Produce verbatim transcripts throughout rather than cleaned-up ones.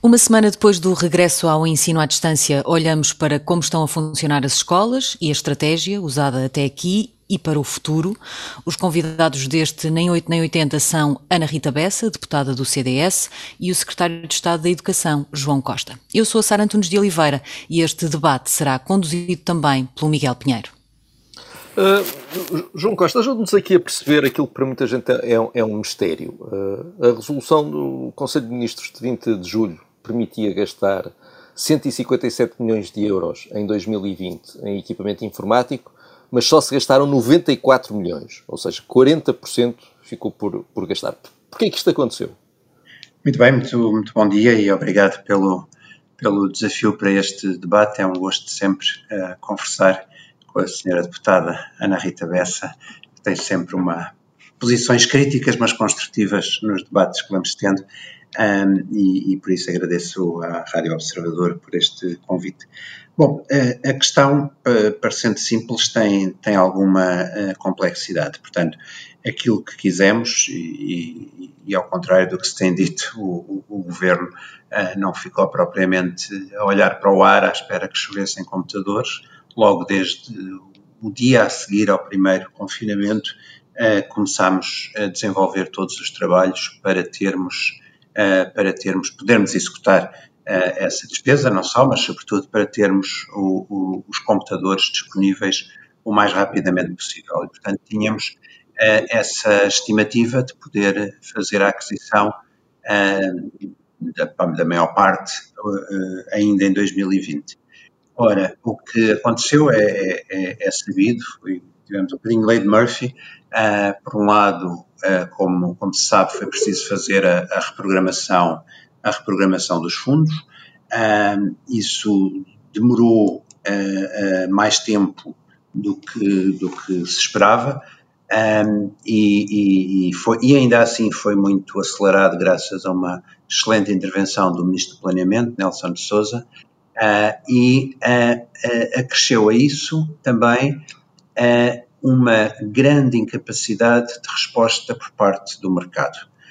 Uma semana depois do regresso ao ensino à distância, olhamos para como estão a funcionar as escolas e a estratégia usada até aqui e para o futuro. Os convidados deste Nem oito Nem oitenta são Ana Rita Bessa, deputada do C D S, e o secretário de Estado da Educação, João Costa. Eu sou a Sara Antunes de Oliveira e este debate será conduzido também pelo Miguel Pinheiro. Uh, João Costa, ajude-nos aqui a perceber aquilo que para muita gente é, é um mistério. Uh, a resolução do Conselho de Ministros de vinte de julho permitia gastar cento e cinquenta e sete milhões de euros em dois mil e vinte em equipamento informático, mas só se gastaram noventa e quatro milhões, ou seja, quarenta por cento ficou por, por gastar. Porquê é que isto aconteceu? Muito bem, muito, muito bom dia e obrigado pelo, pelo desafio para este debate. É um gosto sempre uh, conversar com a senhora deputada Ana Rita Bessa, que tem sempre uma posições críticas, mas construtivas nos debates que vamos tendo. Um, e, e por isso agradeço à Rádio Observador por este convite. Bom, a, a questão, uh, parecendo simples, tem, tem alguma uh, complexidade. Portanto, aquilo que quisemos, e, e, e ao contrário do que se tem dito, o, o, o Governo uh, não ficou propriamente a olhar para o ar à espera que chovessem computadores. Logo desde o dia a seguir ao primeiro confinamento, uh, começámos a desenvolver todos os trabalhos para termos Uh, para termos, podermos executar uh, essa despesa, não só, mas sobretudo para termos o, o, os computadores disponíveis o mais rapidamente possível. E, portanto, tínhamos uh, essa estimativa de poder fazer a aquisição uh, da, da maior parte uh, ainda em dois mil e vinte. Ora, o que aconteceu é, é, é sabido, foi, tivemos um bocadinho lei de Murphy. Uh, por um lado, uh, como, como se sabe, foi preciso fazer a, a reprogramação, a reprogramação dos fundos. Uh, isso demorou uh, uh, mais tempo do que, do que se esperava um, e, e, foi, e ainda assim foi muito acelerado graças a uma excelente intervenção do Ministro do Planeamento, Nelson de Sousa, uh, e uh, uh, acresceu a isso também uh, uma grande incapacidade de resposta por parte do mercado.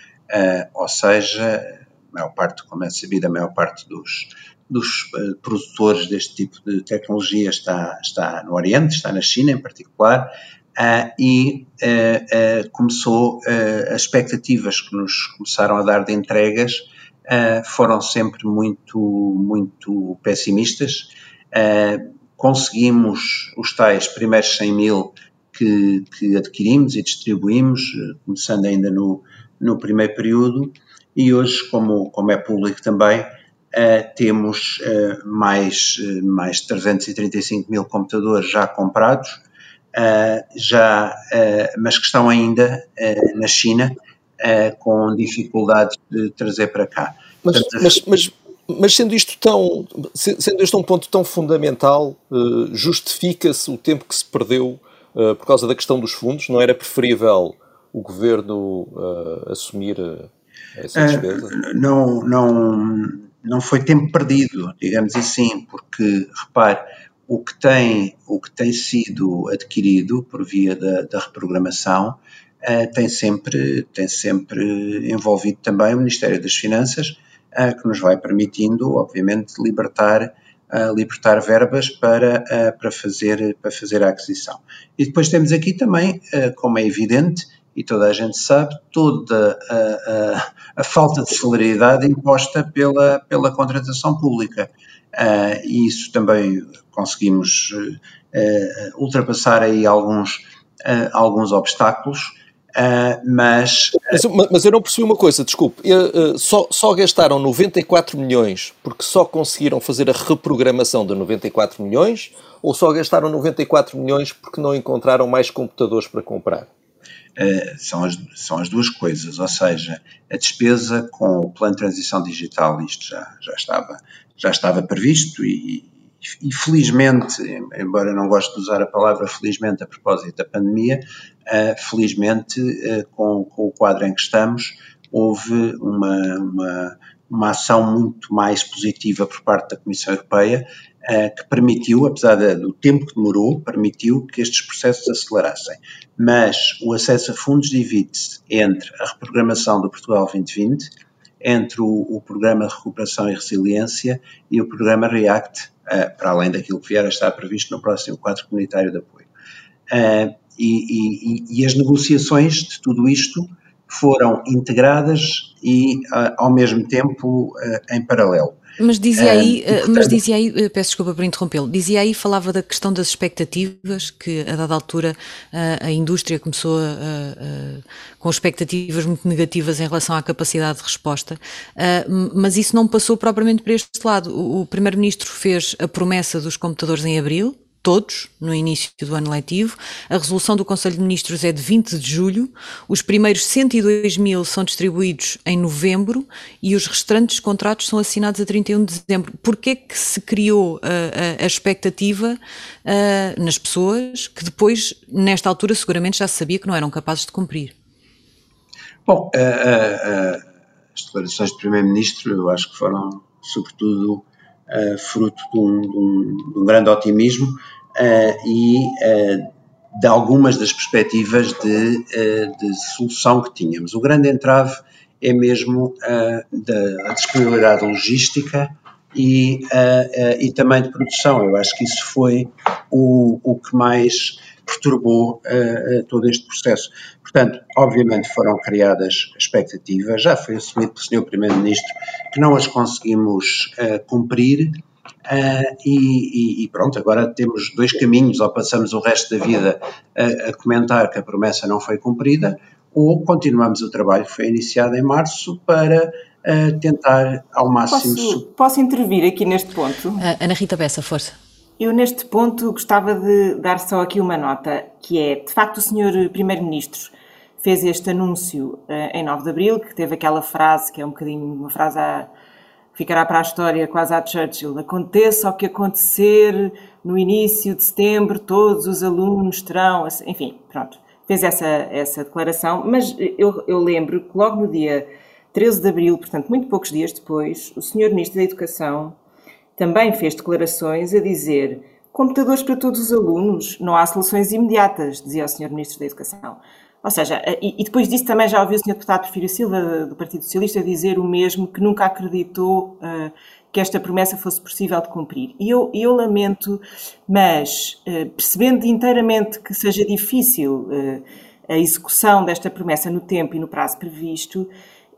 Uh, ou seja, a maior parte, como é sabido, a maior parte dos, dos uh, produtores deste tipo de tecnologia está, está no Oriente, está na China em particular, uh, e uh, uh, começou, uh, as expectativas que nos começaram a dar de entregas uh, foram sempre muito, muito pessimistas. Uh, conseguimos os tais primeiros cem mil Que, que adquirimos e distribuímos, começando ainda no, no primeiro período, e hoje, como, como é público também, uh, temos uh, mais, uh, mais trezentos e trinta e cinco mil computadores já comprados, uh, já, uh, mas que estão ainda uh, na China, uh, com dificuldades de trazer para cá. Mas, Portanto, mas, mas, mas sendo isto tão, sendo este um ponto tão fundamental, uh, justifica-se o tempo que se perdeu Uh, por causa da questão dos fundos? Não era preferível o Governo uh, assumir uh, essa despesa? Uh, não, não, não foi tempo perdido, digamos assim, porque, repare, o que tem, o que tem sido adquirido por via da, da reprogramação uh, tem, sempre, tem sempre envolvido também o Ministério das Finanças, uh, que nos vai permitindo, obviamente, libertar Uh, libertar verbas para, uh, para, fazer, para fazer a aquisição. E depois temos aqui também, uh, como é evidente, e toda a gente sabe, toda a, a, a falta de celeridade imposta pela, pela contratação pública. Uh, e isso também conseguimos uh, ultrapassar aí alguns, uh, alguns obstáculos. Uh, mas, uh... mas... Mas eu não percebi uma coisa, desculpe, uh, uh, só, só gastaram noventa e quatro milhões porque só conseguiram fazer a reprogramação de noventa e quatro milhões, ou só gastaram noventa e quatro milhões porque não encontraram mais computadores para comprar? Uh, são, as, são as duas coisas, ou seja, a despesa com o plano de transição digital, isto já, já, estava, já estava previsto e, e felizmente, embora não goste de usar a palavra felizmente a propósito da pandemia, uh, felizmente uh, com, com o quadro em que estamos, houve uma, uma, uma ação muito mais positiva por parte da Comissão Europeia, uh, que permitiu, apesar de, do tempo que demorou, permitiu que estes processos acelerassem. Mas o acesso a fundos divide-se entre a reprogramação do Portugal vinte vinte entre o, o Programa de Recuperação e Resiliência e o Programa REACT, uh, para além daquilo que vier a estar previsto no próximo quadro comunitário de apoio. Uh, e, e, e as negociações de tudo isto foram integradas e, uh, ao mesmo tempo, uh, em paralelo. Mas dizia aí, uh, portanto, mas dizia aí, peço desculpa por interrompê-lo, dizia aí, falava da questão das expectativas, que a dada altura uh, a indústria começou a, a, a, com expectativas muito negativas em relação à capacidade de resposta, uh, mas isso não passou propriamente para este lado. O, o Primeiro-Ministro fez a promessa dos computadores em abril, todos, no início do ano letivo. A resolução do Conselho de Ministros é de vinte de julho, os primeiros cento e dois mil são distribuídos em novembro e os restantes contratos são assinados a trinta e um de dezembro. Porquê é que se criou a, a, a expectativa uh, nas pessoas que depois, nesta altura, seguramente já se sabia que não eram capazes de cumprir? Bom, uh, uh, uh, as declarações do Primeiro-Ministro eu acho que foram, sobretudo, uh, fruto de um, de, um, de um grande otimismo uh, e uh, de algumas das perspectivas de, uh, de solução que tínhamos. O grande entrave é mesmo uh, da disponibilidade logística e, uh, uh, e também de produção. Eu acho que isso foi o, o que mais perturbou uh, todo este processo. Portanto, obviamente foram criadas expectativas, já foi assumido pelo senhor Primeiro-Ministro que não as conseguimos uh, cumprir uh, e, e pronto, agora temos dois caminhos: ou passamos o resto da vida a, a comentar que a promessa não foi cumprida, ou continuamos o trabalho que foi iniciado em março para uh, tentar ao máximo... Posso, posso intervir aqui neste ponto? Uh, Ana Rita Bessa, força. Eu, neste ponto, gostava de dar só aqui uma nota, que é, de facto, o senhor Primeiro-Ministro fez este anúncio uh, em nove de abril, que teve aquela frase, que é um bocadinho uma frase a, ficará para a história, quase à Churchill: aconteça o que acontecer, no início de setembro todos os alunos terão... Enfim, pronto, fez essa, essa declaração, mas eu, eu lembro que logo no dia treze de abril, portanto, muito poucos dias depois, o senhor Ministro da Educação também fez declarações a dizer: computadores para todos os alunos, não há soluções imediatas, dizia o senhor Ministro da Educação. Ou seja, e, e depois disso também já ouvi o senhor Deputado Porfírio Silva, do Partido Socialista, dizer o mesmo, que nunca acreditou uh, que esta promessa fosse possível de cumprir. E eu, eu lamento, mas uh, percebendo inteiramente que seja difícil uh, a execução desta promessa no tempo e no prazo previsto,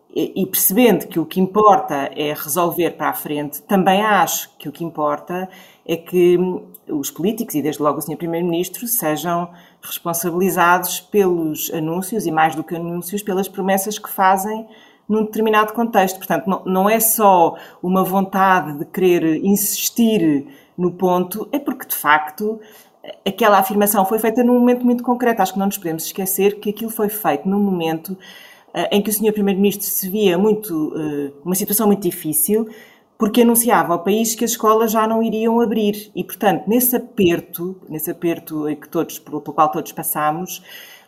e percebendo que o que importa é resolver para a frente, também acho que o que importa é que os políticos, e desde logo o senhor Primeiro-Ministro, sejam responsabilizados pelos anúncios, e mais do que anúncios, pelas promessas que fazem num determinado contexto. Portanto, não, não é só uma vontade de querer insistir no ponto, é porque, de facto, aquela afirmação foi feita num momento muito concreto. Acho que não nos podemos esquecer que aquilo foi feito num momento em que o senhor Primeiro-Ministro se via muito, uma situação muito difícil, porque anunciava ao país que as escolas já não iriam abrir. E, portanto, nesse aperto, nesse aperto que todos, pelo qual todos passámos,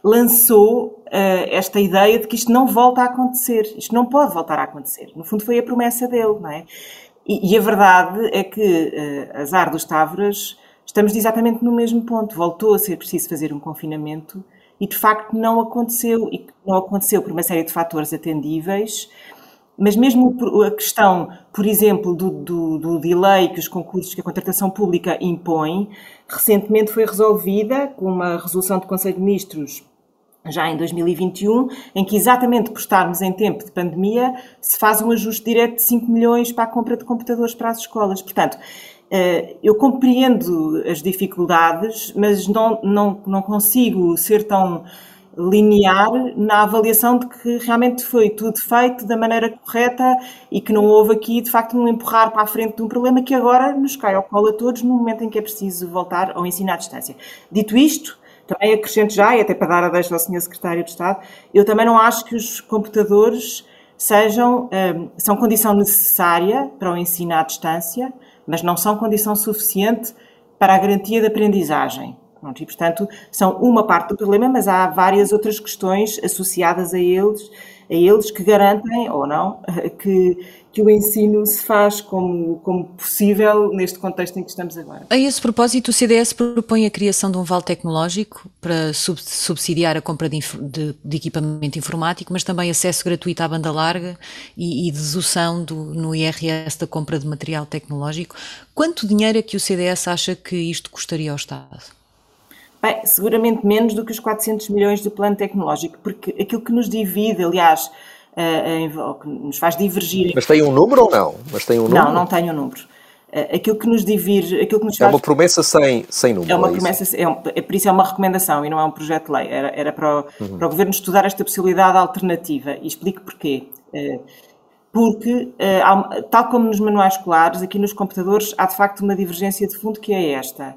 lançou uh, esta ideia de que isto não volta a acontecer, isto não pode voltar a acontecer. No fundo, foi a promessa dele, não é? E, e a verdade é que, uh, azar dos Távoras, estamos exatamente no mesmo ponto. Voltou a ser preciso fazer um confinamento e, de facto, não aconteceu. E não aconteceu por uma série de fatores atendíveis, mas mesmo a questão, por exemplo, do, do, do delay que os concursos, que a contratação pública impõe, recentemente foi resolvida com uma resolução do Conselho de Ministros já em dois mil e vinte e um, em que, exatamente por estarmos em tempo de pandemia, se faz um ajuste direto de cinco milhões para a compra de computadores para as escolas. Portanto, eu compreendo as dificuldades, mas não, não, não consigo ser tão linear na avaliação de que realmente foi tudo feito da maneira correta e que não houve aqui, de facto, um empurrar para a frente de um problema que agora nos cai ao colo a todos no momento em que é preciso voltar ao ensino à distância. Dito isto, também acrescento já, e até para dar a deixa ao senhor Secretário de Estado, eu também não acho que os computadores sejam, são condição necessária para o ensino à distância, mas não são condição suficiente para a garantia de aprendizagem. E, portanto, são uma parte do problema, mas há várias outras questões associadas a eles a eles que garantem, ou não, que, que o ensino se faz como, como possível neste contexto em que estamos agora. A esse propósito, o C D S propõe a criação de um vale tecnológico para sub- subsidiar a compra de, de, de equipamento informático, mas também acesso gratuito à banda larga e, e dedução do, no I R S da compra de material tecnológico. Quanto dinheiro é que o C D S acha que isto custaria ao Estado? Bem, seguramente menos do que os quatrocentos milhões do plano tecnológico, porque aquilo que nos divide, aliás, uh, uh, que nos faz divergir... Mas tem um número ou não? Mas tem um número? Não, não tem um número. Uh, aquilo que nos divide... Aquilo que nos é faz... uma promessa sem, sem número, É uma é promessa, isso? é, um, é por isso é uma recomendação e não é um projeto de lei. Era, era para, o, uhum. para o Governo estudar esta possibilidade alternativa. E explico porquê. Uh, porque, uh, tal como nos manuais escolares, aqui nos computadores há de facto uma divergência de fundo que é esta.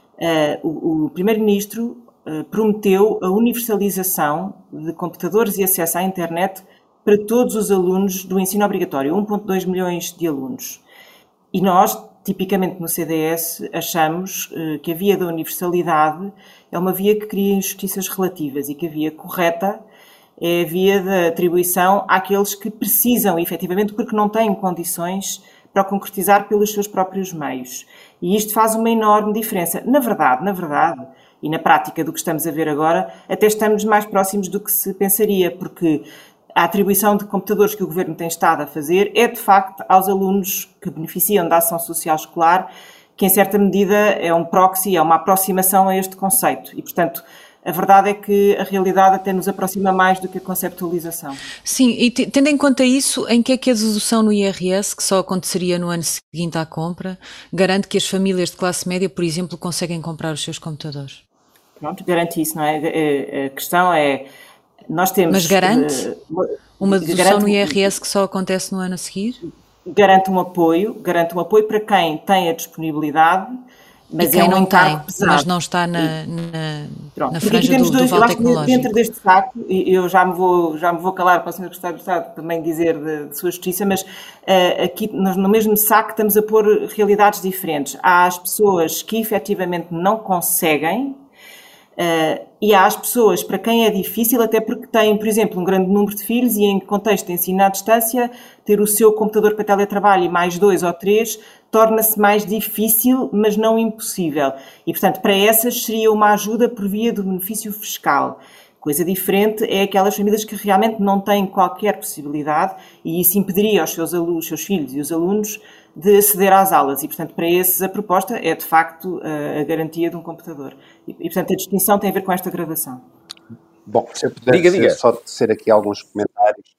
Uh, o, o Primeiro-Ministro uh, prometeu a universalização de computadores e acesso à internet para todos os alunos do ensino obrigatório, um vírgula dois milhões de alunos. E nós, tipicamente no C D S, achamos uh, que a via da universalidade é uma via que cria injustiças relativas e que a via correta é a via da atribuição àqueles que precisam, efetivamente, porque não têm condições para o concretizar pelos seus próprios meios. E isto faz uma enorme diferença. Na verdade, na verdade, e na prática do que estamos a ver agora, até estamos mais próximos do que se pensaria, porque a atribuição de computadores que o Governo tem estado a fazer é, de facto, aos alunos que beneficiam da ação social escolar, que, em certa medida, é um proxy, é uma aproximação a este conceito. E, portanto, a verdade é que a realidade até nos aproxima mais do que a conceptualização. Sim, e tendo em conta isso, em que é que a dedução no I R S, que só aconteceria no ano seguinte à compra, garante que as famílias de classe média, por exemplo, conseguem comprar os seus computadores? Pronto, garante isso, não é? A questão é, nós temos... Mas garante uh, uma dedução garante, no I R S que só acontece no ano a seguir? Garante um apoio, garante um apoio para quem tem a disponibilidade, mas e quem é um não encargo tem, pesado. Mas não está na, na, Pronto, na franja temos do, dois, do vale tecnológico. Dentro deste saco, e eu já me vou, já me vou calar para o senhor Secretário de Estado também dizer de, de sua justiça, mas uh, aqui nós, no mesmo saco estamos a pôr realidades diferentes. Há as pessoas que efetivamente não conseguem, Uh, e há as pessoas para quem é difícil, até porque têm, por exemplo, um grande número de filhos e em contexto de ensino à distância, ter o seu computador para teletrabalho e mais dois ou três torna-se mais difícil, mas não impossível. E, portanto, para essas seria uma ajuda por via do benefício fiscal. Coisa diferente é aquelas famílias que realmente não têm qualquer possibilidade e isso impediria aos seus alunos, seus filhos e os alunos de aceder às aulas e, portanto, para esses a proposta é, de facto, a garantia de um computador. E, e portanto, a distinção tem a ver com esta gradação. Bom, se eu puder diga, diga. só tecer aqui alguns comentários,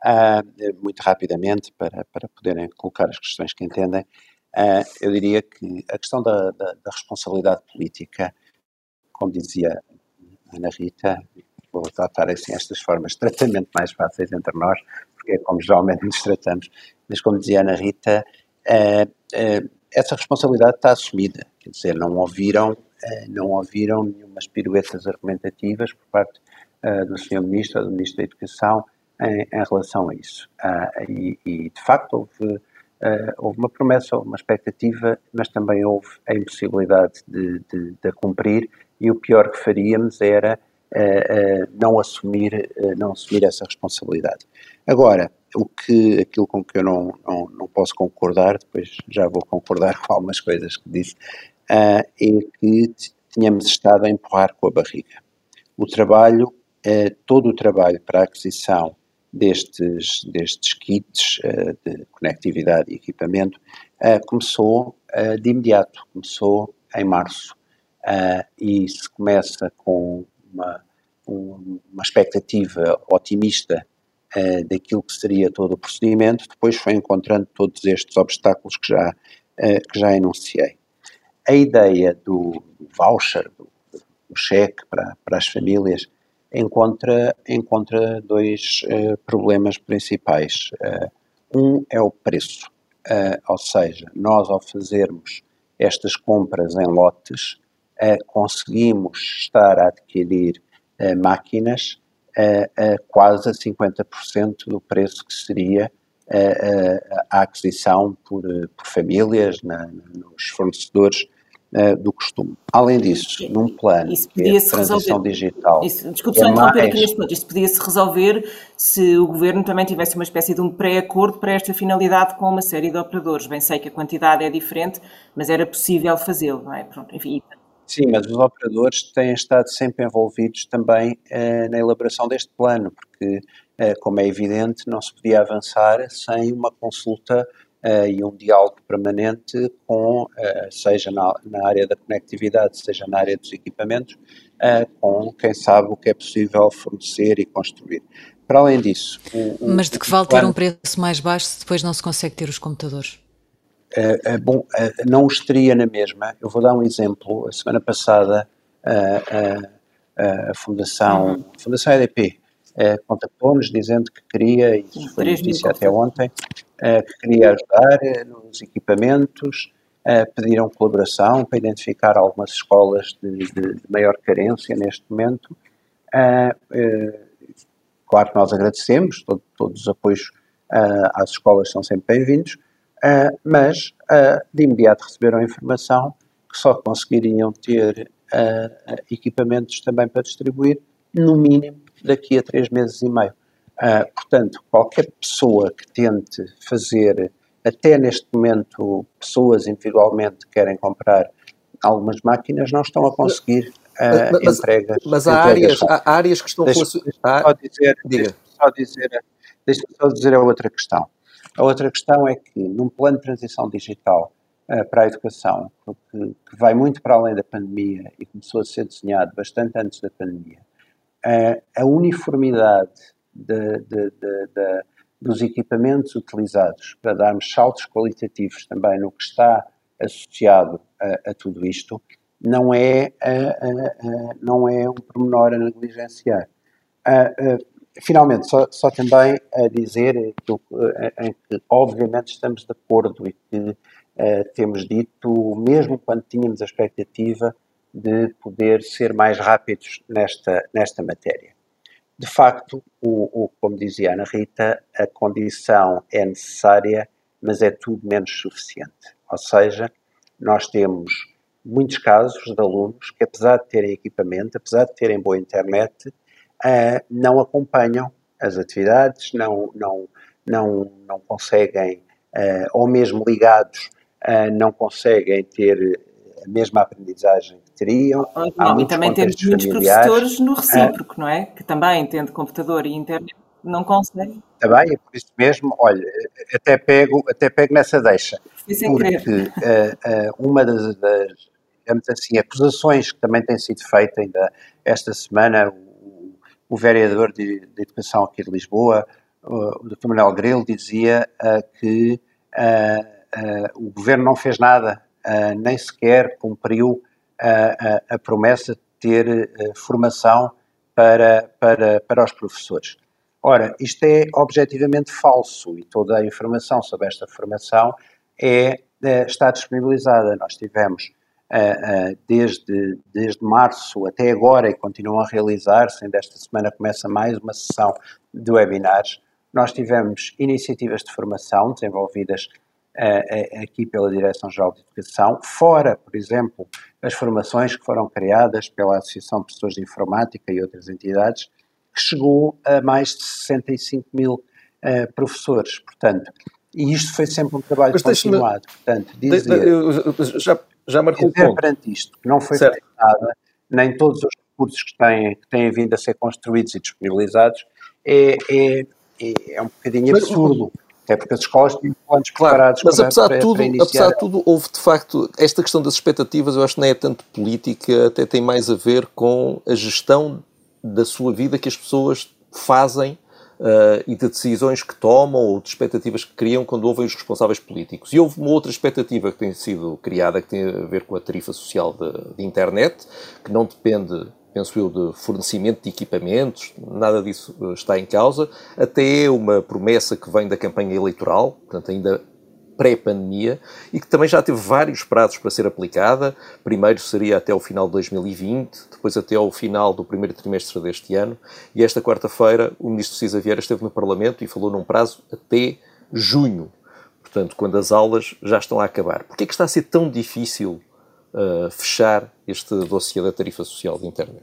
uh, muito rapidamente, para, para poderem colocar as questões que entendem, uh, eu diria que a questão da, da, da responsabilidade política, como dizia a Ana Rita, vou tratar assim estas formas de tratamento mais fáceis entre nós, porque é como geralmente nos tratamos, mas como dizia a Ana Rita, Uh, uh, essa responsabilidade está assumida, quer dizer, não ouviram, uh, não ouviram nenhumas piruetas argumentativas por parte uh, do senhor Ministro ou do Ministro da Educação em, em relação a isso. Uh, e, e, de facto, houve, uh, houve uma promessa, houve uma expectativa, mas também houve a impossibilidade de, de, de a cumprir, e o pior que faríamos era uh, uh, não, assumir, uh, não assumir essa responsabilidade. Agora, o que, aquilo com que eu não, não, não posso concordar, depois já vou concordar com algumas coisas que disse, uh, é que tínhamos estado a empurrar com a barriga. O trabalho, uh, todo o trabalho para a aquisição destes, destes kits uh, de conectividade e equipamento uh, começou uh, de imediato, começou em março, uh, e se começa com uma, um, uma expectativa otimista Uh, daquilo que seria todo o procedimento, depois foi encontrando todos estes obstáculos que já, uh, que já enunciei. A ideia do voucher, do, do cheque para, para as famílias, encontra, encontra dois uh, problemas principais. Uh, um é o preço, uh, ou seja, nós ao fazermos estas compras em lotes, uh, conseguimos estar a adquirir uh, máquinas a, a quase a cinquenta por cento do preço que seria a, a, a aquisição por, por famílias, na, nos fornecedores uh, do costume. Além disso, num plano isso que é de transição resolver. digital... Isso, desculpe só é interromper mais... aqui neste ponto. Isto podia-se resolver se o Governo também tivesse uma espécie de um pré-acordo para esta finalidade com uma série de operadores. Bem sei que a quantidade é diferente, mas era possível fazê-lo, não é? Pronto, enfim... Sim, mas os operadores têm estado sempre envolvidos também uh, na elaboração deste plano, porque, uh, como é evidente, não se podia avançar sem uma consulta uh, e um diálogo permanente com, uh, seja na, na área da conectividade, seja na área dos equipamentos, uh, com quem sabe o que é possível fornecer e construir. Para além disso... O, o, mas de que vale ter um preço mais baixo se depois não se consegue ter os computadores? Uh, uh, bom, uh, não os teria na mesma. Eu vou dar um exemplo. A semana passada, uh, uh, uh, a Fundação, Uhum. a Fundação E D P uh, contactou-nos dizendo que queria, e isso foi notícia até ontem, uh, que queria ajudar uh, nos equipamentos, uh, pediram colaboração para identificar algumas escolas de, de, de maior carência neste momento. Uh, uh, claro que nós agradecemos, todo, todos os apoios uh, às escolas são sempre bem-vindos. Uh, mas uh, de imediato receberam a informação que só conseguiriam ter uh, equipamentos também para distribuir, no mínimo, daqui a três meses e meio. Uh, portanto, qualquer pessoa que tente fazer, até neste momento, pessoas individualmente que querem comprar algumas máquinas, não estão a conseguir uh, mas, entregas. Mas há, entregas áreas, há áreas que estão... Deixa, fosse... deixa só dizer, deixa só dizer, deixa só dizer a outra questão. A outra questão é que, num plano de transição digital uh, para a educação, que, que vai muito para além da pandemia e começou a ser desenhado bastante antes da pandemia, uh, a uniformidade de, de, de, de, dos equipamentos utilizados para darmos saltos qualitativos também no que está associado a, a tudo isto, não é, uh, uh, uh, não é um pormenor a negligenciar. Uh, uh, Finalmente, só, só também a dizer que, em que obviamente estamos de acordo e que uh, temos dito, mesmo quando tínhamos a expectativa de poder ser mais rápidos nesta, nesta matéria. De facto, o, o, como dizia a Ana Rita, a condição é necessária, mas é tudo menos suficiente. Ou seja, nós temos muitos casos de alunos que, apesar de terem equipamento, apesar de terem boa internet, Uh, não acompanham as atividades, não, não, não, não conseguem, uh, ou mesmo ligados, uh, não conseguem ter a mesma aprendizagem que teriam. Oh, não, e também temos muitos professores no recíproco, uh, não é? Que também, tendo computador e internet, não conseguem. Também, é por isso mesmo, olha, até pego, até pego nessa deixa, porque uh, uh, uma das, das, digamos assim, acusações que também tem sido feita ainda esta semana, o vereador de, de Educação aqui de Lisboa, o doutor Manuel Grilo, dizia uh, que uh, uh, o governo não fez nada, uh, nem sequer cumpriu uh, a, a promessa de ter uh, formação para, para, para os professores. Ora, isto é objetivamente falso e toda a informação sobre esta formação é, é, está disponibilizada. Nós tivemos Uh, uh, desde, desde março até agora, e continuam a realizar-se, ainda esta semana começa mais uma sessão de webinars. Nós tivemos iniciativas de formação desenvolvidas uh, aqui pela Direção-Geral de Educação, fora, por exemplo, as formações que foram criadas pela Associação de Professores de Informática e outras entidades, que chegou a mais de sessenta e cinco mil uh, professores. Portanto, e isto foi sempre um trabalho Mas continuado. Portanto, dizer... De, de, já... Já marcou dizer perante isto que não foi feito nada, nem todos os recursos que têm, que têm vindo a ser construídos e disponibilizados, é, é, é um bocadinho absurdo. Até porque as escolas tinham planos claro, preparados mas para, apesar para, de tudo, para iniciar. Apesar de tudo, houve de facto, esta questão das expectativas, eu acho que não é tanto política, até tem mais a ver com a gestão da sua vida que as pessoas fazem Uh, e de decisões que tomam ou de expectativas que criam quando ouvem os responsáveis políticos. E houve uma outra expectativa que tem sido criada, que tem a ver com a tarifa social de, de internet, que não depende, penso eu, de fornecimento de equipamentos, nada disso está em causa, até é uma promessa que vem da campanha eleitoral, portanto ainda pré-pandemia, e que também já teve vários prazos para ser aplicada. Primeiro seria até o final de dois mil e vinte, depois até ao final do primeiro trimestre deste ano, e esta quarta-feira o ministro Cisa Vieira esteve no Parlamento e falou num prazo até junho, portanto, quando as aulas já estão a acabar. Porquê é que está a ser tão difícil uh, fechar este dossiê da tarifa social de internet?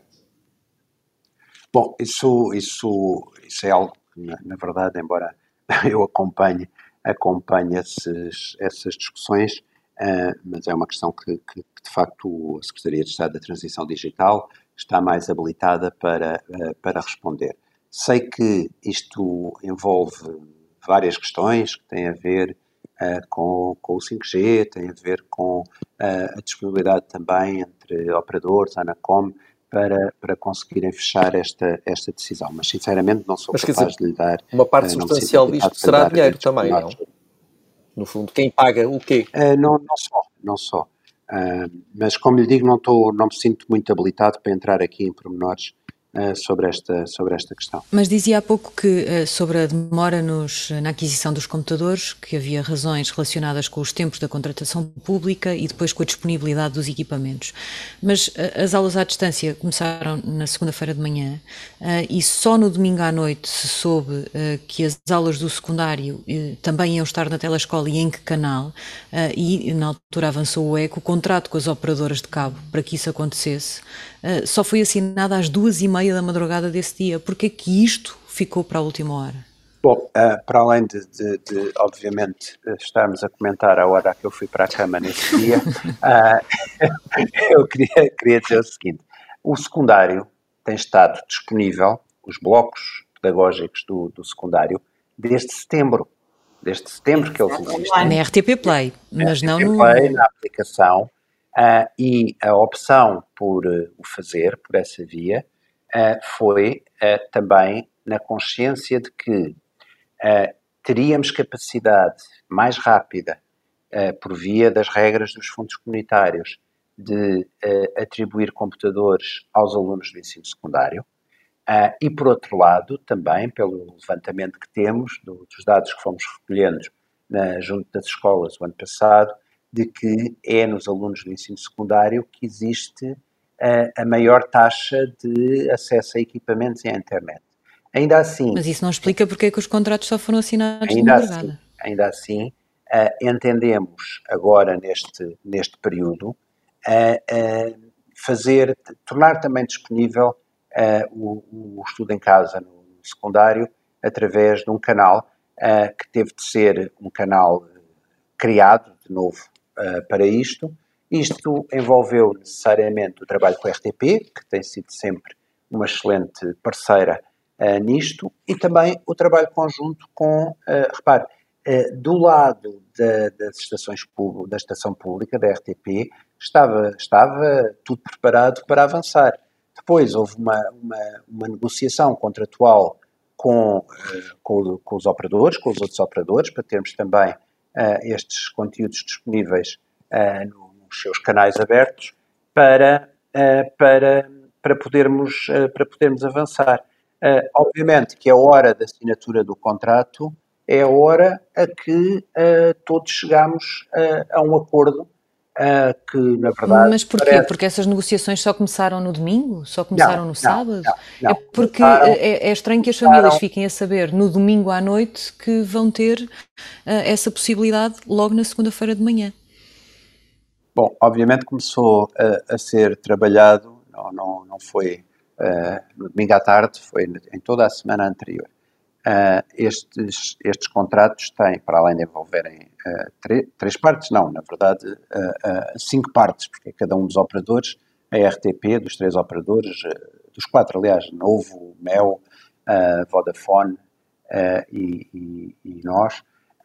Bom, isso, isso, isso é algo que, na, na verdade, embora eu acompanhe, acompanhe esses, essas discussões, uh, mas é uma questão que, que, que, de facto, a Secretaria de Estado da Transição Digital está mais habilitada para, uh, para responder. Sei que isto envolve várias questões que têm a ver uh, com, com o cinco G, têm a ver com uh, a disponibilidade também entre operadores, Anacom, para, para conseguirem fechar esta, esta decisão. Mas, sinceramente, não sou Mas, capaz dizer, de lhe dar... Uma parte uh, substancial disto será dinheiro também, não? No fundo, quem paga o quê? Uh, não, não só, não só. Uh, mas, como lhe digo, não, tô, não me sinto muito habilitado para entrar aqui em pormenores Uh, sobre, esta, sobre esta questão. Mas dizia há pouco que uh, sobre a demora nos, na aquisição dos computadores, que havia razões relacionadas com os tempos da contratação pública e depois com a disponibilidade dos equipamentos. Mas uh, as aulas à distância começaram na segunda-feira de manhã uh, e só no domingo à noite se soube uh, que as aulas do secundário uh, também iam estar na telescola e em que canal, uh, e na altura avançou o ECO, o contrato com as operadoras de cabo para que isso acontecesse, uh, só foi assinado às duas e meia da madrugada desse dia. Porque é que isto ficou para a última hora? Bom, uh, para além de, de, de, obviamente, estarmos a comentar a hora que eu fui para a cama nesse dia, uh, eu queria, queria dizer o seguinte: o secundário tem estado disponível, os blocos pedagógicos do, do secundário, desde setembro. Desde setembro que eles existem. Na R T P Play, mas não no... Play, na aplicação, uh, e a opção por uh, o fazer, por essa via, Uh, foi uh, também na consciência de que uh, teríamos capacidade mais rápida, uh, por via das regras dos fundos comunitários, de uh, atribuir computadores aos alunos do ensino secundário, uh, e, por outro lado, também pelo levantamento que temos, do, dos dados que fomos recolhendo na, junto das escolas o ano passado, de que é nos alunos do ensino secundário que existe a maior taxa de acesso a equipamentos e à internet. Ainda assim... Mas isso não explica porque é que os contratos só foram assinados de ainda madrugada. Assim, ainda assim, uh, entendemos agora, neste, neste período, uh, uh, fazer, tornar também disponível uh, o, o estudo em casa no secundário através de um canal uh, que teve de ser um canal criado, de novo, uh, para isto. Isto envolveu necessariamente o trabalho com a R T P, que tem sido sempre uma excelente parceira uh, nisto, e também o trabalho conjunto com, uh, repare, uh, do lado da, das estações, da estação pública, da R T P, estava, estava tudo preparado para avançar. Depois houve uma, uma, uma negociação contratual com, uh, com, com os operadores, com os outros operadores, para termos também uh, estes conteúdos disponíveis uh, no os seus canais abertos para, uh, para, para, podermos, uh, para podermos avançar. Uh, obviamente que a hora da assinatura do contrato é a hora a que uh, todos chegamos uh, a um acordo uh, que, na verdade... Mas porquê? Parece... Porque essas negociações só começaram no domingo? Só começaram não, no sábado? Não, não, é porque começaram, é, é estranho que as começaram... famílias fiquem a saber no domingo à noite que vão ter uh, essa possibilidade logo na segunda-feira de manhã. Bom, obviamente começou a, a ser trabalhado, não, não, não foi uh, no domingo à tarde, foi em toda a semana anterior. Uh, estes, estes contratos têm, para além de envolverem uh, três, três partes, não, na verdade, uh, uh, cinco partes, porque cada um dos operadores, a R T P, dos três operadores, uh, dos quatro, aliás, Novo, Mel, uh, Vodafone uh, e, e, e nós,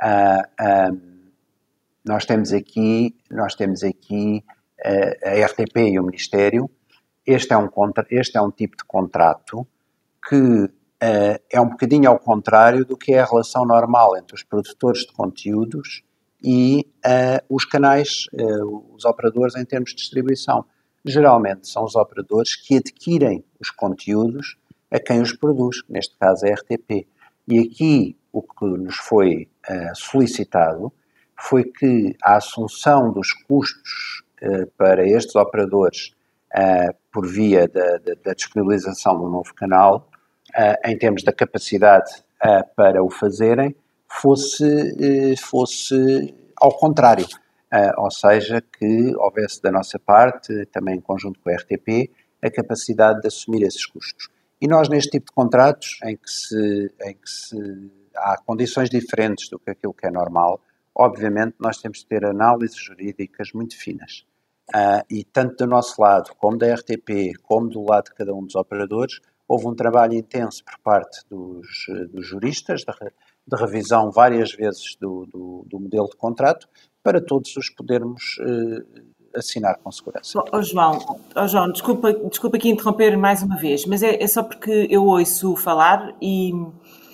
uh, um, Nós temos aqui, nós temos aqui uh, a R T P e o Ministério. Este é um, contra, este é um tipo de contrato que uh, é um bocadinho ao contrário do que é a relação normal entre os produtores de conteúdos e uh, os canais, uh, os operadores em termos de distribuição. Geralmente são os operadores que adquirem os conteúdos a quem os produz, neste caso a R T P. E aqui o que nos foi uh, solicitado foi que a assunção dos custos uh, para estes operadores uh, por via da, da, da disponibilização do novo canal, uh, em termos da capacidade uh, para o fazerem, fosse, uh, fosse ao contrário. uh, ou seja, que houvesse da nossa parte, também em conjunto com a R T P, a capacidade de assumir esses custos. E nós, neste tipo de contratos, em que, se, em que se, há condições diferentes do que aquilo que é normal, obviamente nós temos de ter análises jurídicas muito finas. Uh, e tanto do nosso lado, como da R T P, como do lado de cada um dos operadores, houve um trabalho intenso por parte dos, dos juristas, de, de revisão várias vezes do, do, do modelo de contrato, para todos os podermos uh, assinar com segurança. Oh, oh, João, oh, João, desculpa, desculpa aqui interromper mais uma vez, mas é, é só porque eu ouço falar e, uh,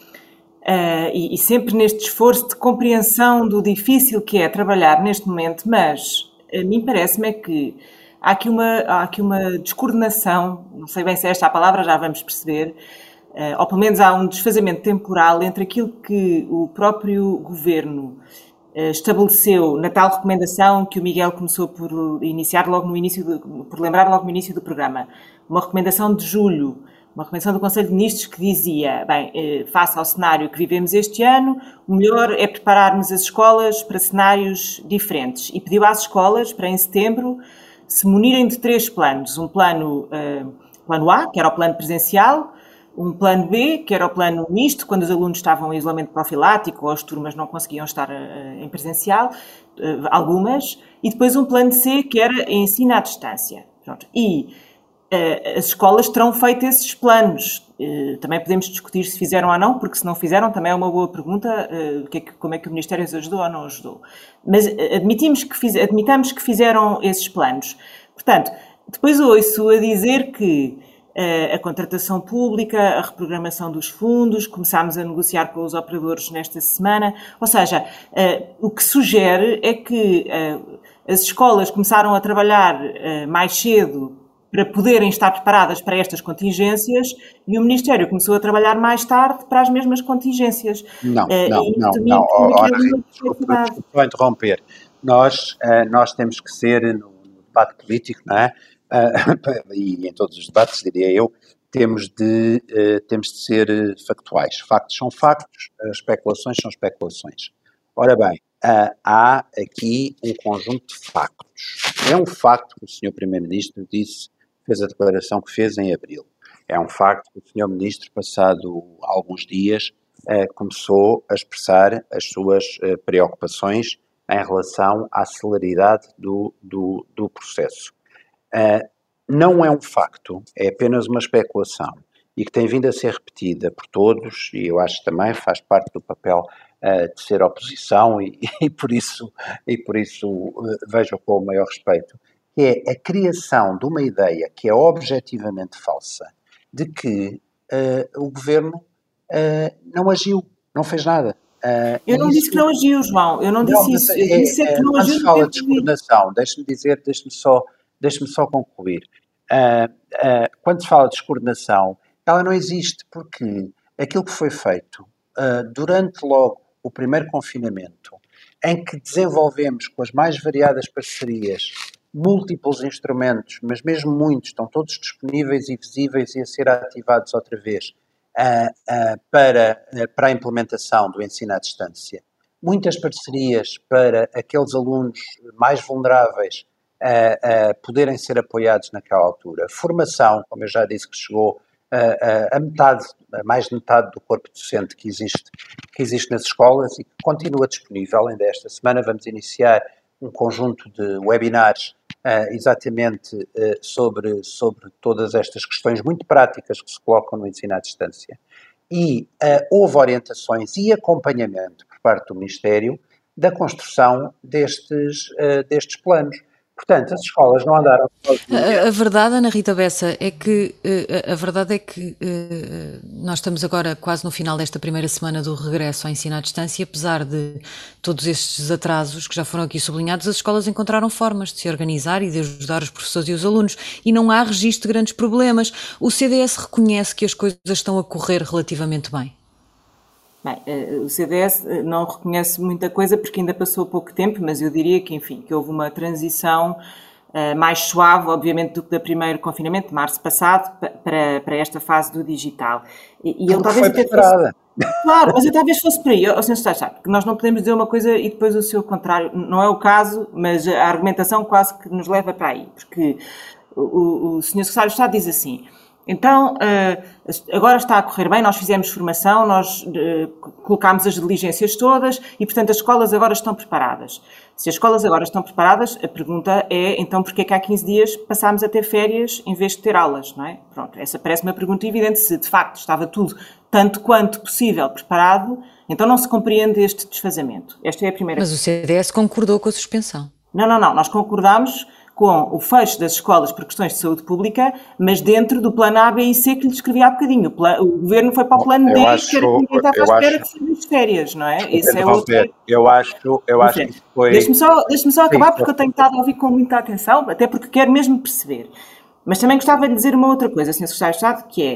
e, e sempre neste esforço de compreensão do difícil que é trabalhar neste momento, mas a mim parece-me é que há aqui, uma, há aqui uma descoordenação, não sei bem se é esta a palavra, já vamos perceber, uh, ou pelo menos há um desfazamento temporal entre aquilo que o próprio governo estabeleceu na tal recomendação que o Miguel começou por iniciar logo no início, do, por lembrar logo no início do programa, uma recomendação de julho, uma recomendação do Conselho de Ministros que dizia, bem, face ao cenário que vivemos este ano, o melhor é prepararmos as escolas para cenários diferentes e pediu às escolas para em setembro se munirem de três planos, um plano, uh, plano A, que era o plano presencial, um plano B, que era o plano misto, quando os alunos estavam em isolamento profilático ou as turmas não conseguiam estar uh, em presencial, uh, algumas, e depois um plano C, que era ensino à distância. Pronto. E uh, as escolas terão feito esses planos. Uh, também podemos discutir se fizeram ou não, porque se não fizeram também é uma boa pergunta, uh, que é que, como é que o Ministério os ajudou ou não ajudou. Mas uh, admitimos que fiz, admitamos que fizeram esses planos. Portanto, depois ouço a dizer que a contratação pública, a reprogramação dos fundos, começámos a negociar com os operadores nesta semana, ou seja, o que sugere é que as escolas começaram a trabalhar mais cedo para poderem estar preparadas para estas contingências e o Ministério começou a trabalhar mais tarde para as mesmas contingências. Não, não, não, não. Ora, desculpa, desculpa interromper. Nós, nós temos que ser, no debate político, não é? Uh, e em todos os debates, diria eu, temos de, uh, temos de ser factuais. Factos são factos, as especulações são especulações. Ora bem, uh, há aqui um conjunto de factos. É um facto que o senhor Primeiro-Ministro disse, fez a declaração que fez em abril. É um facto que o senhor Ministro, passado alguns dias, uh, começou a expressar as suas uh, preocupações em relação à celeridade do, do, do processo. Uh, não é um facto, é apenas uma especulação e que tem vindo a ser repetida por todos e eu acho que também faz parte do papel uh, de ser oposição e, e por isso, e por isso uh, vejo com o maior respeito, que é a criação de uma ideia que é objetivamente falsa de que uh, o Governo uh, não agiu, não fez nada. Uh, eu não isso... disse que não agiu, João, eu não, não disse isso, eu é, disse é que não quando agiu. Se fala de descoordenação, deixe-me dizer, deixe-me só Deixe-me só concluir. Uh, uh, quando se fala de descoordenação, ela não existe porque aquilo que foi feito uh, durante logo o primeiro confinamento, em que desenvolvemos com as mais variadas parcerias múltiplos instrumentos, mas mesmo muitos, estão todos disponíveis e visíveis e a ser ativados outra vez uh, uh, para, uh, para a implementação do ensino à distância. Muitas parcerias para aqueles alunos mais vulneráveis A, a poderem ser apoiados naquela altura. Formação, como eu já disse, que chegou a, a, a metade, a mais de metade do corpo docente que existe, que existe nas escolas e que continua disponível. Ainda esta semana vamos iniciar um conjunto de webinars uh, exatamente uh, sobre, sobre todas estas questões muito práticas que se colocam no ensino à distância. E uh, houve orientações e acompanhamento por parte do Ministério da construção destes, uh, destes planos. Portanto, as escolas não andaram... A, a verdade, Ana Rita Bessa, é que a, a verdade é que nós estamos agora quase no final desta primeira semana do regresso ao ensino à distância e apesar de todos estes atrasos que já foram aqui sublinhados, as escolas encontraram formas de se organizar e de ajudar os professores e os alunos e não há registro de grandes problemas. O C D S reconhece que as coisas estão a correr relativamente bem? Bem, o C D S não reconhece muita coisa porque ainda passou pouco tempo, mas eu diria que, enfim, que houve uma transição uh, mais suave, obviamente, do que do primeiro confinamento, de março passado, para, para esta fase do digital. E, e eu talvez foi preparada. Claro, mas eu talvez fosse por aí, o senhor Secretário de Estado, porque nós não podemos dizer uma coisa e depois o seu contrário. Não é o caso, mas a argumentação quase que nos leva para aí, porque o, o senhor Secretário de Estado diz assim: então, agora está a correr bem, nós fizemos formação, nós colocámos as diligências todas e, portanto, as escolas agora estão preparadas. Se as escolas agora estão preparadas, a pergunta é, então, porquê é que há quinze dias passámos a ter férias em vez de ter aulas, não é? Pronto, essa parece uma pergunta evidente. Se, de facto, estava tudo tanto quanto possível preparado, então não se compreende este desfazamento. Esta é a primeira Mas questão. o C D S concordou com a suspensão. Não, não, não. Nós concordámos com o fecho das escolas por questões de saúde pública, mas dentro do plano A, B e C que lhe descrevi há bocadinho. O, plano, o governo foi para o plano D, acho, que era que ninguém estava à espera acho, que fosse de férias, não é? Isso é outro... Eu acho, eu acho que foi... Deixe-me só, deixe-me só acabar, Sim, porque eu tenho estado a ouvir com muita atenção, até porque quero mesmo perceber. Mas também gostava de lhe dizer uma outra coisa, senhor Secretário de Estado, que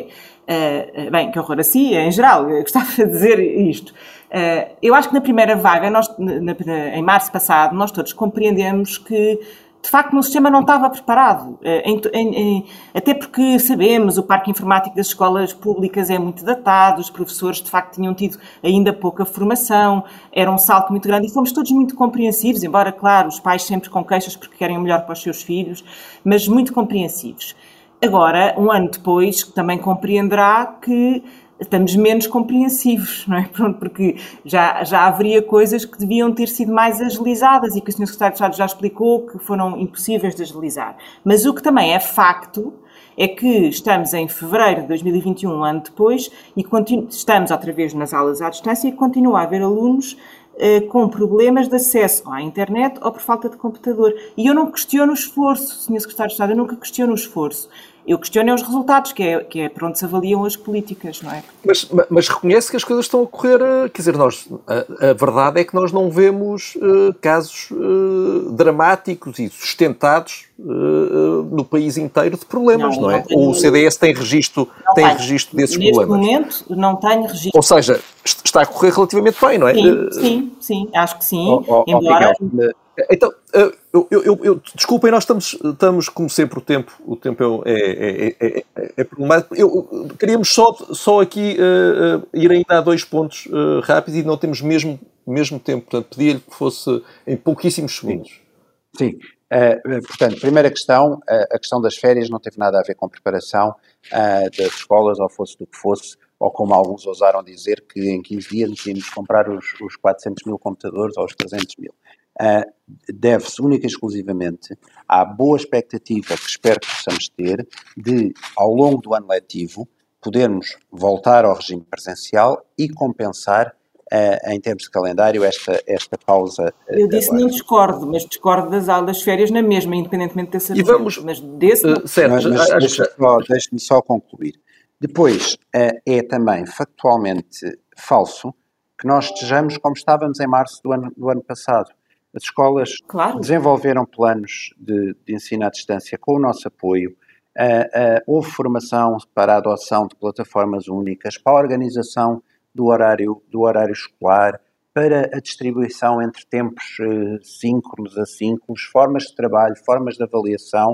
é, uh, bem, que horror a si, em geral, eu gostava de dizer isto. Uh, eu acho que na primeira vaga, nós, na, na, em março passado, nós todos compreendemos que de facto, o sistema não estava preparado, em, em, em, até porque sabemos, o parque informático das escolas públicas é muito datado, os professores de facto tinham tido ainda pouca formação, era um salto muito grande e fomos todos muito compreensivos, embora, claro, os pais sempre com queixas porque querem o melhor para os seus filhos, mas muito compreensivos. Agora, um ano depois, também compreenderá que estamos menos compreensivos, não é? Pronto, porque já, já haveria coisas que deviam ter sido mais agilizadas e que o senhor Secretário de Estado já explicou que foram impossíveis de agilizar. Mas o que também é facto é que estamos em fevereiro de dois mil e vinte e um, um ano depois, e continu- estamos outra vez nas aulas à distância e continua a haver alunos eh, com problemas de acesso à internet ou por falta de computador. E eu não questiono o esforço, senhor Secretário de Estado, eu nunca questiono o esforço. Eu questiono os resultados, que é, que é por onde se avaliam as políticas, não é? Mas, mas reconhece que as coisas estão a correr, quer dizer, nós, a, a verdade é que nós não vemos uh, casos uh, dramáticos e sustentados uh, no país inteiro de problemas, não, não, não é? Tenho... Ou o C D S tem registro, tem registro desses Neste problemas? Neste momento não tenho registro. Ou seja, está a correr relativamente bem, não é? Sim, sim, sim, acho que sim, oh, oh, embora... Oh, então, eu, eu, eu, eu, desculpem, nós estamos, estamos, como sempre, o tempo, o tempo é, é, é, é, é problemático. Eu, queríamos só, só aqui uh, uh, ir ainda a dois pontos uh, rápidos e não temos mesmo, mesmo tempo. Portanto, pedia-lhe que fosse em pouquíssimos segundos. Sim. Uh, portanto, primeira questão, uh, a questão das férias não teve nada a ver com preparação uh, das escolas, ou fosse do que fosse, ou como alguns ousaram dizer, que em quinze dias tínhamos de comprar os, os quatrocentos mil computadores ou os trezentos mil. Uh, deve-se única e exclusivamente à boa expectativa que espero que possamos ter de, ao longo do ano letivo, podermos voltar ao regime presencial e compensar, uh, em termos de calendário, esta, esta pausa. Uh, Eu disse agora. Não discordo, mas discordo das aulas de férias na mesma, independentemente dessa e vamos, mas desse uh, certo, mas, mas deixe-me só, deixe-me só concluir. Depois, uh, é também factualmente falso que nós estejamos como estávamos em março do ano, do ano passado. As escolas claro. desenvolveram planos de, de ensino à distância com o nosso apoio, uh, uh, houve formação para a adoção de plataformas únicas, para a organização do horário, do horário escolar, para a distribuição entre tempos uh, síncronos, assíncronos, formas de trabalho, formas de avaliação,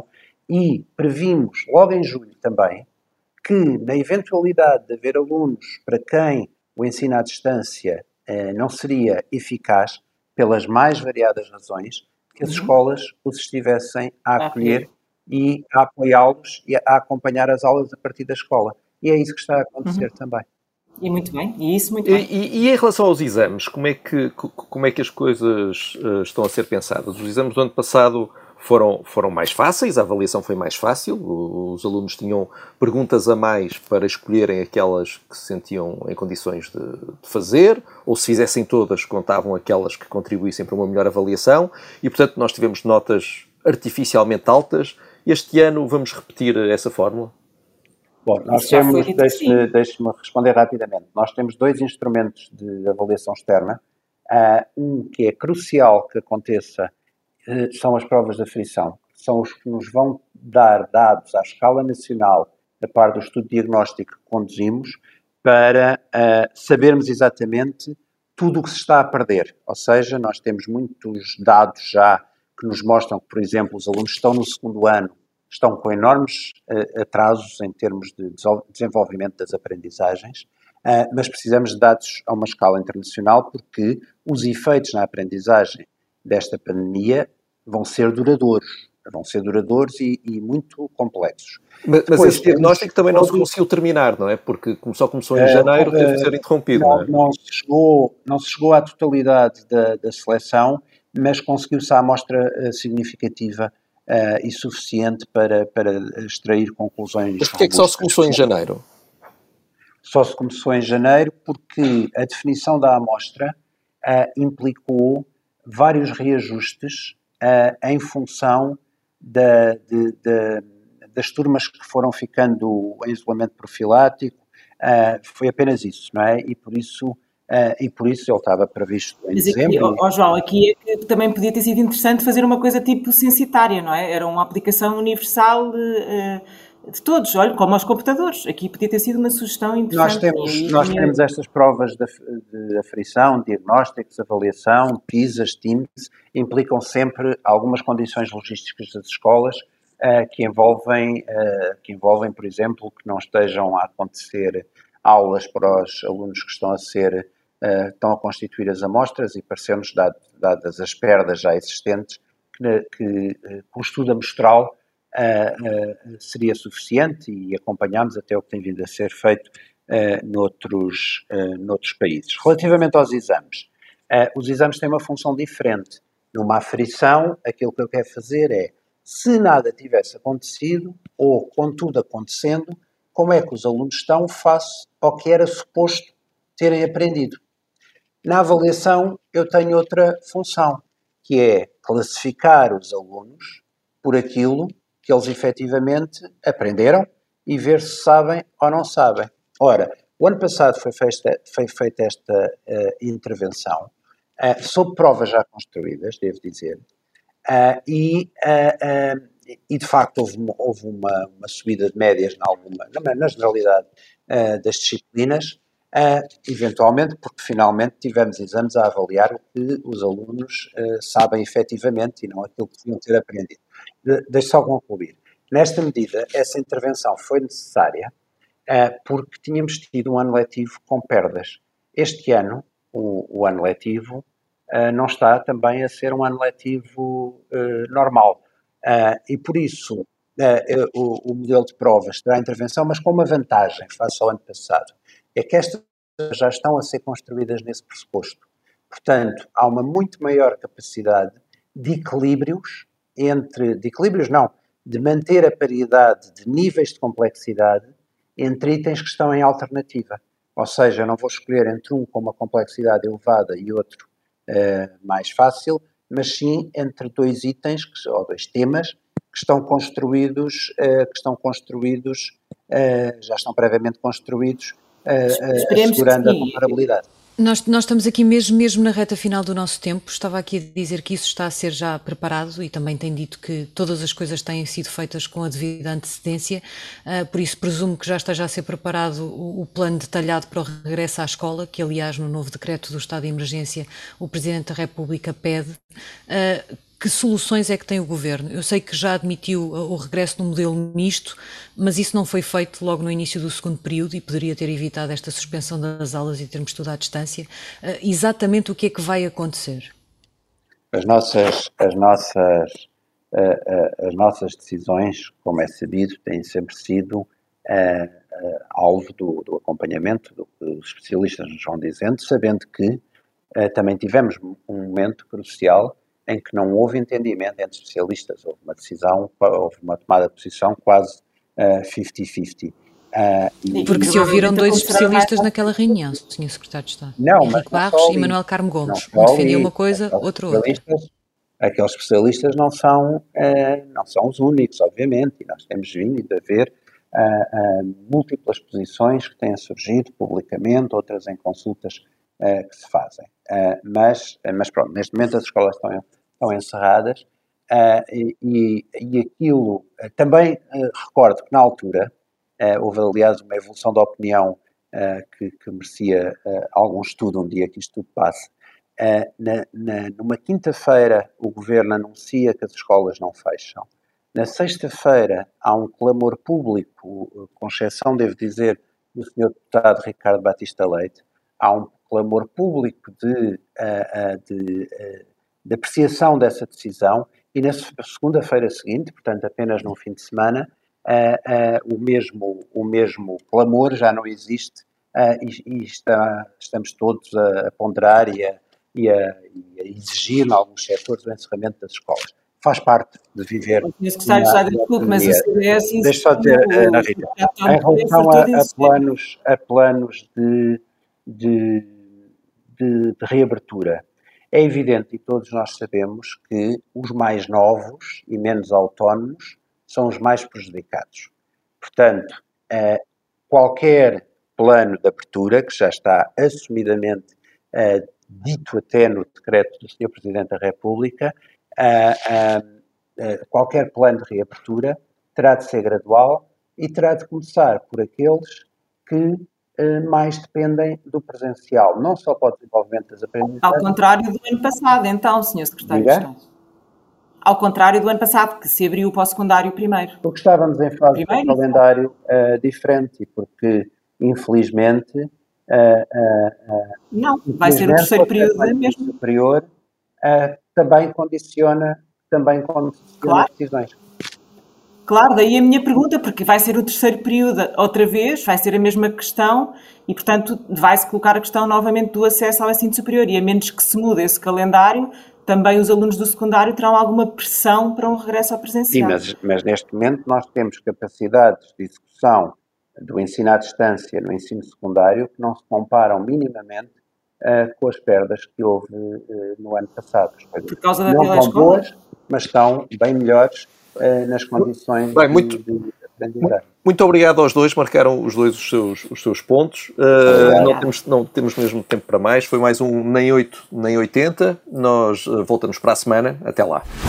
e previmos logo em julho também que, na eventualidade de haver alunos para quem o ensino à distância uh, não seria eficaz, pelas mais variadas razões, que as uhum. escolas os estivessem a acolher okay. e a apoiá-los e a acompanhar as aulas a partir da escola. E é isso que está a acontecer uhum. também. E muito bem, e isso muito bem. E, e, e em relação aos exames, como é que, como é que as coisas uh, estão a ser pensadas? Os exames do ano passado foram, foram mais fáceis, a avaliação foi mais fácil, os alunos tinham perguntas a mais para escolherem aquelas que se sentiam em condições de, de fazer, ou se fizessem todas, contavam aquelas que contribuíssem para uma melhor avaliação, e portanto nós tivemos notas artificialmente altas. Este ano vamos repetir essa fórmula? Bom, nós temos, deixe-me, deixe-me responder rapidamente, nós temos dois instrumentos de avaliação externa, uh, um que é crucial que aconteça, são as provas de aferição, são os que nos vão dar dados à escala nacional, a par do estudo diagnóstico que conduzimos, para uh, sabermos exatamente tudo o que se está a perder. Ou seja, nós temos muitos dados já que nos mostram que, por exemplo, os alunos que estão no segundo ano estão com enormes uh, atrasos em termos de desenvolvimento das aprendizagens, uh, mas precisamos de dados a uma escala internacional porque os efeitos na aprendizagem desta pandemia vão ser duradouros, vão ser duradouros e, e muito complexos. Mas, mas esse diagnóstico também não se conseguiu terminar, não é? Porque só começou em janeiro, uh, teve de ser interrompido, não, não é? Não se chegou, não se chegou à totalidade da, da seleção, mas conseguiu-se a amostra uh, significativa uh, e suficiente para, para extrair conclusões. Mas porquê é que só se começou em janeiro? Só se começou em janeiro porque a definição da amostra uh, implicou vários reajustes uh, em função da, de, de, das turmas que foram ficando em isolamento profilático. Uh, foi apenas isso, não é? E por isso... Uh, e por isso ele estava previsto em Mas dezembro. Aqui, oh, João, aqui é que também podia ter sido interessante fazer uma coisa tipo censitária, não é? Era uma aplicação universal uh, de todos, olha, como aos computadores. Aqui podia ter sido uma sugestão interessante. Nós temos, aí, nós tinha... temos estas provas de, de aferição, diagnósticos, avaliação, PISAs, TIMSS, implicam sempre algumas condições logísticas das escolas uh, que, envolvem, uh, que envolvem, por exemplo, que não estejam a acontecer aulas para os alunos que estão a ser Uh, estão a constituir as amostras e pareceu-nos, dado, dadas as perdas já existentes, que, que uh, o estudo amostral uh, uh, seria suficiente e acompanhámos até o que tem vindo a ser feito uh, noutros, uh, noutros países. Relativamente aos exames, uh, os exames têm uma função diferente. Numa aferição, aquilo que eu quero fazer é, se nada tivesse acontecido, ou com tudo acontecendo, como é que os alunos estão face ao que era suposto terem aprendido. Na avaliação, eu tenho outra função, que é classificar os alunos por aquilo que eles efetivamente aprenderam e ver se sabem ou não sabem. Ora, o ano passado foi feita, foi feita esta uh, intervenção, uh, sob provas já construídas, devo dizer, uh, e, uh, uh, e de facto houve, uma, houve uma, uma subida de médias na, alguma, na, na generalidade uh, das disciplinas, Uh, eventualmente, porque finalmente tivemos exames a avaliar o que os alunos uh, sabem efetivamente e não aquilo que deviam ter aprendido. De, deixe só concluir. Nesta medida, essa intervenção foi necessária uh, porque tínhamos tido um ano letivo com perdas. Este ano, o, o ano letivo uh, não está também a ser um ano letivo uh, normal. Uh, e por isso, uh, o, o modelo de provas terá intervenção, mas com uma vantagem face ao ano passado. É que estas já estão a ser construídas nesse pressuposto. Portanto, há uma muito maior capacidade de equilíbrios entre, de equilíbrios não, de manter a paridade de níveis de complexidade entre itens que estão em alternativa. Ou seja, eu não vou escolher entre um com uma complexidade elevada e outro uh, mais fácil, mas sim entre dois itens, que, ou dois temas, que estão construídos, uh, que estão construídos, uh, já estão previamente construídos, assegurando a comparabilidade. Nós, nós estamos aqui mesmo, mesmo na reta final do nosso tempo. Estava aqui a dizer que isso está a ser já preparado e também tem dito que todas as coisas têm sido feitas com a devida antecedência, uh, por isso presumo que já esteja a ser preparado o, o plano detalhado para o regresso à escola, que aliás no novo decreto do estado de emergência o Presidente da República pede. Uh, Que soluções é que tem o Governo? Eu sei que já admitiu o regresso no modelo misto, mas isso não foi feito logo no início do segundo período e poderia ter evitado esta suspensão das aulas e termos tudo à distância. Uh, exatamente o que é que vai acontecer? As nossas, as nossas, uh, uh, as nossas decisões, como é sabido, têm sempre sido uh, uh, alvo do, do acompanhamento do que os especialistas nos vão dizendo, sabendo que uh, também tivemos um momento crucial em que não houve entendimento entre especialistas, houve uma decisão, houve uma tomada de posição quase uh, cinquenta cinquenta. Uh, Porque se ouviram dois especialistas naquela reunião, senhor Secretário de Estado. Não, Henrique Barros e Manuel Carmo Gomes. Um defendia uma coisa, outro outra. Aqueles especialistas não são, uh, não são os únicos, obviamente, e nós temos vindo a ver uh, uh, múltiplas posições que têm surgido publicamente, outras em consultas uh, que se fazem. Uh, mas, mas pronto, neste momento as escolas estão, estão encerradas uh, e, e, e aquilo, uh, também uh, recordo que na altura uh, houve aliás uma evolução da opinião uh, que, que merecia uh, algum estudo um dia que isto tudo passe, Uh, na, na, numa quinta-feira o Governo anuncia que as escolas não fecham. Na sexta-feira há um clamor público, com exceção, devo dizer, do senhor Deputado Ricardo Batista Leite, há um clamor público de, uh, uh, de, uh, de apreciação dessa decisão, e na segunda-feira seguinte, portanto apenas num fim de semana, uh, uh, o, mesmo, o mesmo clamor já não existe, uh, e, e está, estamos todos a, a ponderar e a E a, e a exigir, em alguns setores, o encerramento das escolas. Faz parte de viver... O senhor Secretário já desculpe, mas o C D S... Deixa só dizer, Ana Rita, em relação a, a planos, a planos de, de, de, de reabertura, é evidente, e todos nós sabemos, que os mais novos e menos autónomos são os mais prejudicados. Portanto, qualquer plano de abertura, que já está assumidamente dito até no decreto do senhor Presidente da República, uh, uh, uh, qualquer plano de reabertura terá de ser gradual e terá de começar por aqueles que uh, mais dependem do presencial, não só para o desenvolvimento das aprendizagens... Ao contrário do ano passado, então, senhor Secretário de Estado. Ao contrário do ano passado, que se abriu para o secundário primeiro. Porque estávamos em fase de um calendário uh, diferente, e porque, infelizmente... Uh, uh, uh, não, vai ser o terceiro período mesmo. Superior uh, também condiciona, também condiciona claro. as decisões. Claro, daí a minha pergunta, porque vai ser o terceiro período outra vez, vai ser a mesma questão e, portanto, vai-se colocar a questão novamente do acesso ao ensino superior, e a menos que se mude esse calendário, também os alunos do secundário terão alguma pressão para um regresso ao presencial. Sim, mas, mas neste momento nós temos capacidades de execução do ensino à distância no ensino secundário que não se comparam minimamente uh, com as perdas que houve uh, no ano passado. Por causa da não telescola? Não boas, mas estão bem melhores uh, nas condições bem, muito, de, de aprendizagem. Muito obrigado aos dois, marcaram os dois os seus, os seus pontos. Uh, não, temos, não temos mesmo tempo para mais, foi mais um Nem oito, Nem oitenta. Nós uh, voltamos para a semana. Até lá.